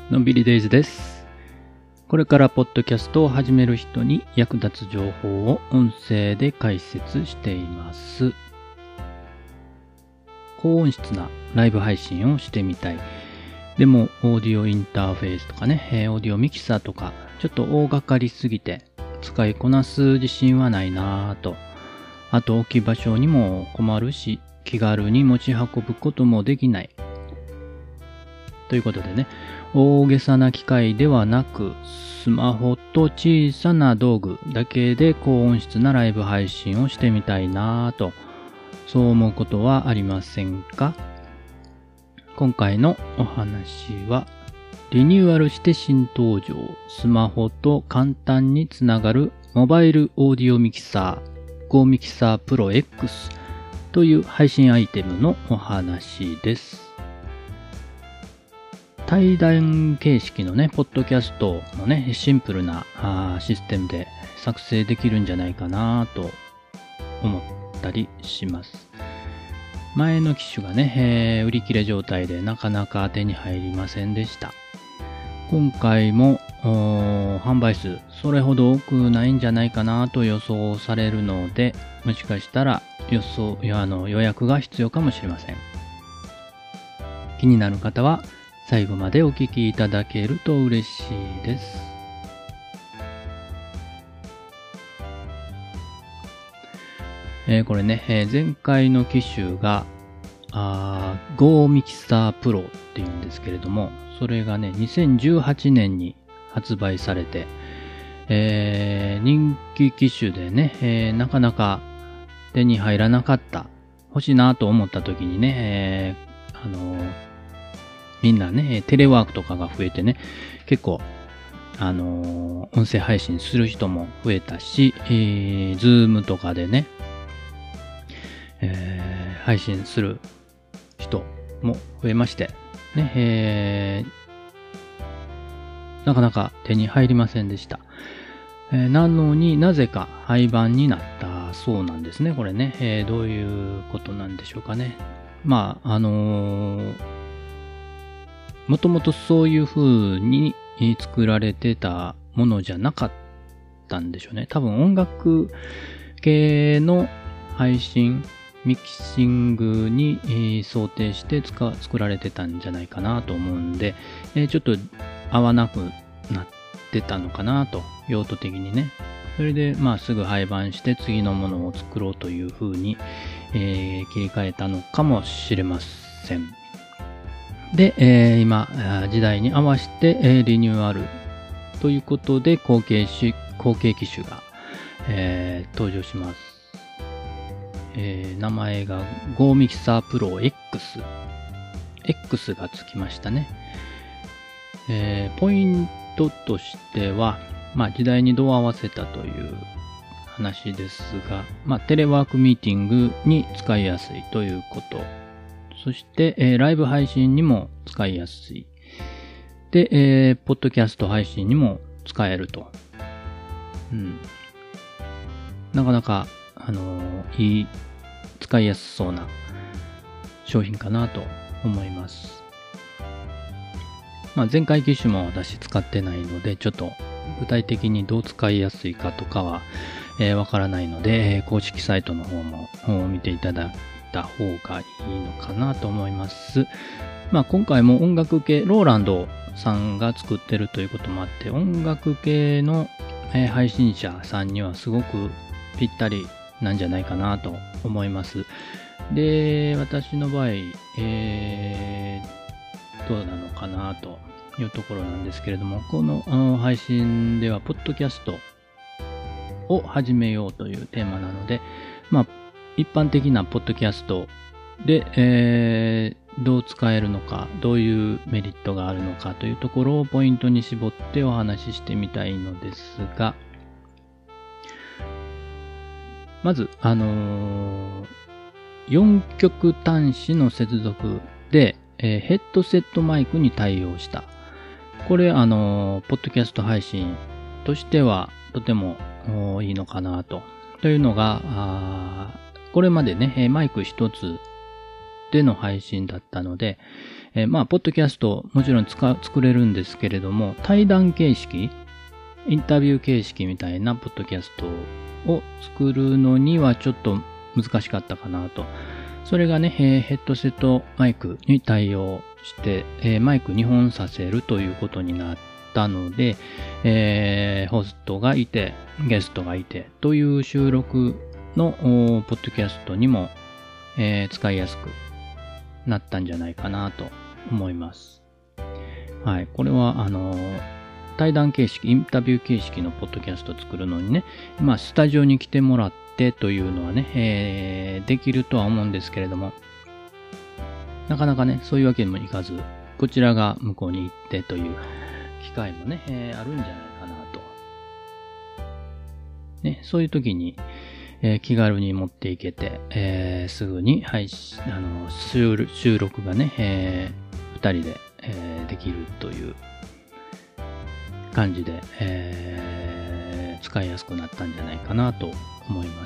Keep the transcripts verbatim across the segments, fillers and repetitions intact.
のんびりデイズです。これからポッドキャストを始める人に役立つ情報を音声で解説しています。高音質なライブ配信をしてみたい。でもオーディオインターフェースとかね、オーディオミキサーとかちょっと大掛かりすぎて使いこなす自信はないなぁと。あと置き場所にも困るし、気軽に持ち運ぶこともできない。ということでね、大げさな機械ではなく、スマホと小さな道具だけで高音質なライブ配信をしてみたいなぁと、そう思うことはありませんか？今回のお話は、リニューアルして新登場、スマホと簡単につながるモバイルオーディオミキサー、Go Mixer Pro X という配信アイテムのお話です。対談形式のね、ポッドキャストのね、シンプルなシステムで作成できるんじゃないかなと思ったりします。前の機種がね、えー、売り切れ状態でなかなか手に入りませんでした。今回も販売数それほど多くないんじゃないかなと予想されるので、もしかしたら予想あの予約が必要かもしれません。気になる方は最後までお聞きいただけると嬉しいです。えー、これね、えー、前回の機種があ Go Mixer Pro っていうんですけれども、それがね、にせんじゅうはちねんに発売されて、えー、人気機種でね、えー、なかなか手に入らなかった、欲しいなと思った時にね、えー、あのー、みんなね、テレワークとかが増えてね、結構、あのー、音声配信する人も増えたし、えー、Zoom とかでね、えー、配信する人も増えまして、ね、えー、なかなか手に入りませんでした。えー、なのになぜか廃盤になったそうなんですね。これね、えー、どういうことなんでしょうかね。まあ、あのー、もともとそういう風に作られてたものじゃなかったんでしょうね。多分音楽系の配信、ミキシングに、えー、想定してつか作られてたんじゃないかなと思うんで、えー、ちょっと合わなくなってたのかなと、用途的にね。それで、まあすぐ廃盤して次のものを作ろうという風に、えー、切り替えたのかもしれません。で、えー、今、時代に合わせて、えー、リニューアルということで、後継機後継機種が、えー、登場します。えー、名前が Go Mixer Pro X。X がつきましたね。えー、ポイントとしては、まあ時代にどう合わせたという話ですが、まあテレワークミーティングに使いやすいということ。そして、えー、ライブ配信にも使いやすい。で、えー、ポッドキャスト配信にも使えると。うん。なかなか、あのー、いい、使いやすそうな商品かなと思います。まあ、前回機種も私使ってないので、ちょっと具体的にどう使いやすいかとかは、えー、わからないので、えー、公式サイトの方も見ていただいた方がいいのかなと思います。まあ、今回も音楽系、ローランドさんが作ってるということもあって、音楽系の、えー、配信者さんにはすごくぴったりなんじゃないかなと思います。で、私の場合、えー、どうなのかなというところなんですけれども、この、あの配信では、ポッドキャストを始めようというテーマなので、まあ、一般的なポッドキャストで、えー、どう使えるのか、どういうメリットがあるのかというところをポイントに絞ってお話ししてみたいのですが、まず、あのー、よんきょく端子の接続で、えー、ヘッドセットマイクに対応した。これ、あのー、ポッドキャスト配信としてはとてもいいのかなと。というのが、これまでね、マイク一つでの配信だったので、えー、まあ、ポッドキャストもちろん使う、作れるんですけれども、対談形式、インタビュー形式みたいなポッドキャストを作るのにはちょっと難しかったかなと。それがね、えー、ヘッドセットマイクに対応して、えー、マイクにほんさせるということになったので、えー、ホストがいて、ゲストがいてという収録のポッドキャストにも、えー、使いやすくなったんじゃないかなと思います。はい。これは、あのー、対談形式、インタビュー形式のポッドキャストを作るのにね、まあ、スタジオに来てもらってというのはね、えー、できるとは思うんですけれども、なかなかね、そういうわけにもいかず、こちらが向こうに行ってという機会もね、えー、あるんじゃないかなと。ね、そういう時に、えー、気軽に持っていけて、えー、すぐに配信、あの、収収録がね、えー、二人で、えー、できるという感じで、えー、使いやすくなったんじゃないかなと思います。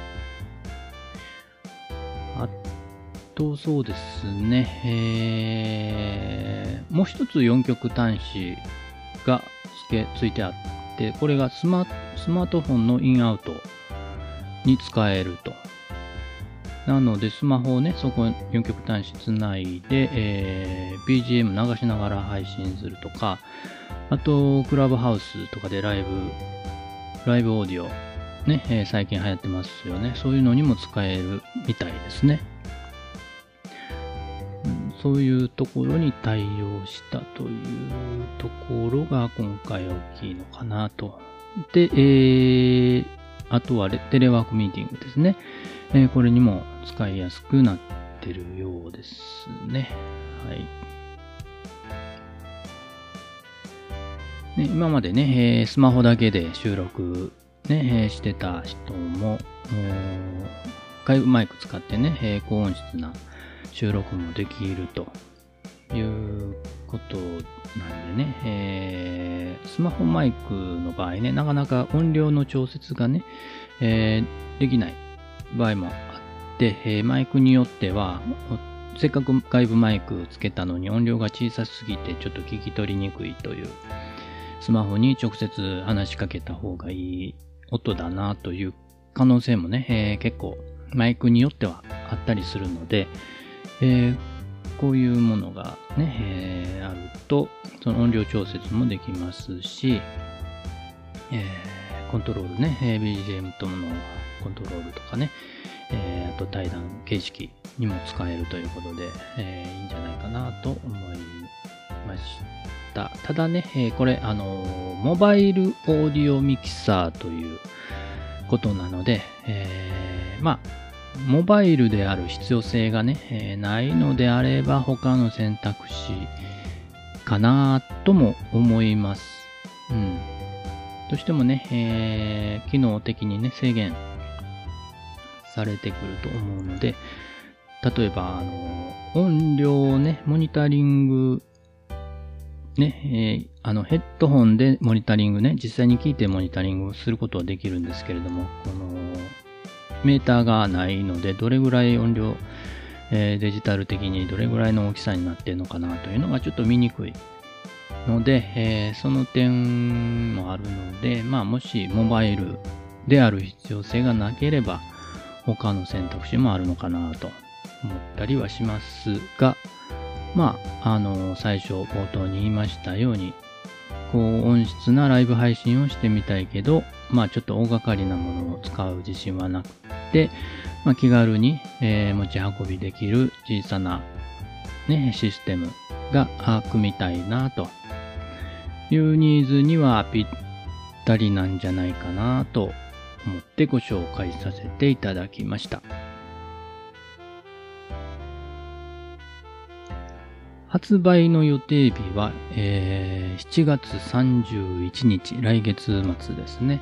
あと、そうですね、えー、もう一つよんきょく端子がつけ、ついてあって、これがスマ、スマートフォンのインアウトに使えると。なので、スマホをね、そこよんきょく端子つないで、えー、ビージーエム 流しながら配信するとか、あと、クラブハウスとかでライブ、ライブオーディオ、ね、えー、最近流行ってますよね。そういうのにも使えるみたいですね。うん、そういうところに対応したというところが今回大きいのかなと。で、えー、あとはテレワークミーティングですね。えー、これにも使いやすくなってるようですね。はい。ね、今までね、えー、スマホだけで収録、ねえー、してた人も、外部マイク使ってね、えー、高音質な収録もできるということなんでね、えー、スマホマイクの場合ね、なかなか音量の調節がね、えー、できない場合もあって、えー、マイクによっては、せっかく外部マイクつけたのに音量が小さすぎてちょっと聞き取りにくいという、スマホに直接話しかけた方がいい音だなという可能性もね、えー、結構マイクによってはあったりするので、えー、こういうものがね、えー、あると、その音量調節もできますし、えー、コントロールね、ビージーエム とのコントロールとかね、えー、あと対談形式にも使えるということで、えー、いいんじゃないかなと思いました。ただね、えー、これ、あのー、モバイルオーディオミキサーということなので、えー、まあ、モバイルである必要性がね、えー、ないのであれば他の選択肢かなとも思います。うん。どうしてもね、えー、機能的にね、制限されてくると思うので、例えば、あの、音量をね、モニタリング、ね、えー、あの、ヘッドホンでモニタリングね、実際に聞いてモニタリングをすることはできるんですけれども、この、メーターがないので、どれぐらい音量、えー、デジタル的にどれぐらいの大きさになっているのかなというのがちょっと見にくいので、えー、その点もあるので、まあ、もしモバイルである必要性がなければ、他の選択肢もあるのかなと思ったりはしますが、まあ、あの、最初冒頭に言いましたように、高音質なライブ配信をしてみたいけど、まあちょっと大掛かりなものを使う自信はなくて、まあ、気軽に、えー、持ち運びできる小さな、ね、システムが組みたいなというニーズにはぴったりなんじゃないかなと思ってご紹介させていただきました。発売の予定日は、えー、しちがつさんじゅういちにち、来月末ですね。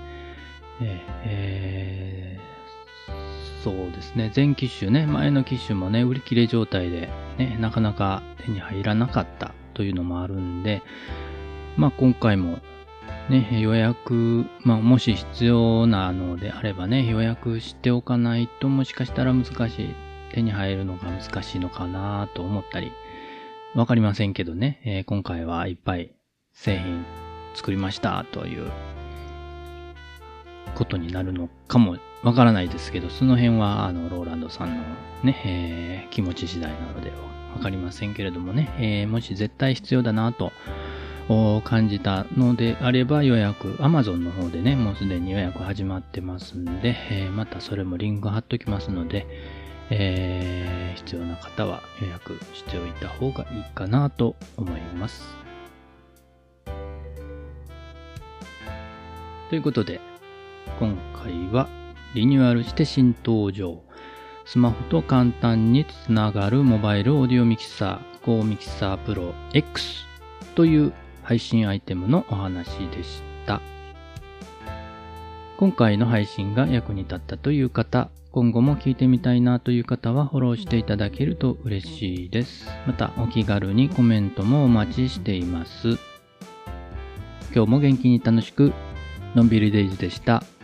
えー、そうですね。前機種ね、前の機種もね、売り切れ状態で、ね、なかなか手に入らなかったというのもあるんで、まあ今回もね、予約、まあもし必要なのであればね、予約しておかないともしかしたら難しい手に入るのが難しいのかなと思ったり、わかりませんけどね、えー、今回はいっぱい製品作りましたということになるのかもわからないですけど、その辺はあのローランドさんのね、えー、気持ち次第なのでわかりませんけれどもね、えー、もし絶対必要だなと感じたのであれば予約、Amazon の方でね、もうすでに予約始まってますんで、えー、またそれもリンク貼っときますので、えー、必要な方は予約しておいた方がいいかなと思います。ということで、今回はリニューアルして新登場、スマホと簡単につながるモバイルオーディオミキサー Go Mixer Pro X という配信アイテムのお話でした。今回の配信が役に立ったという方、今後も聞いてみたいなという方はフォローしていただけると嬉しいです。またお気軽にコメントもお待ちしています。今日も元気に楽しくのんびりデイズでした。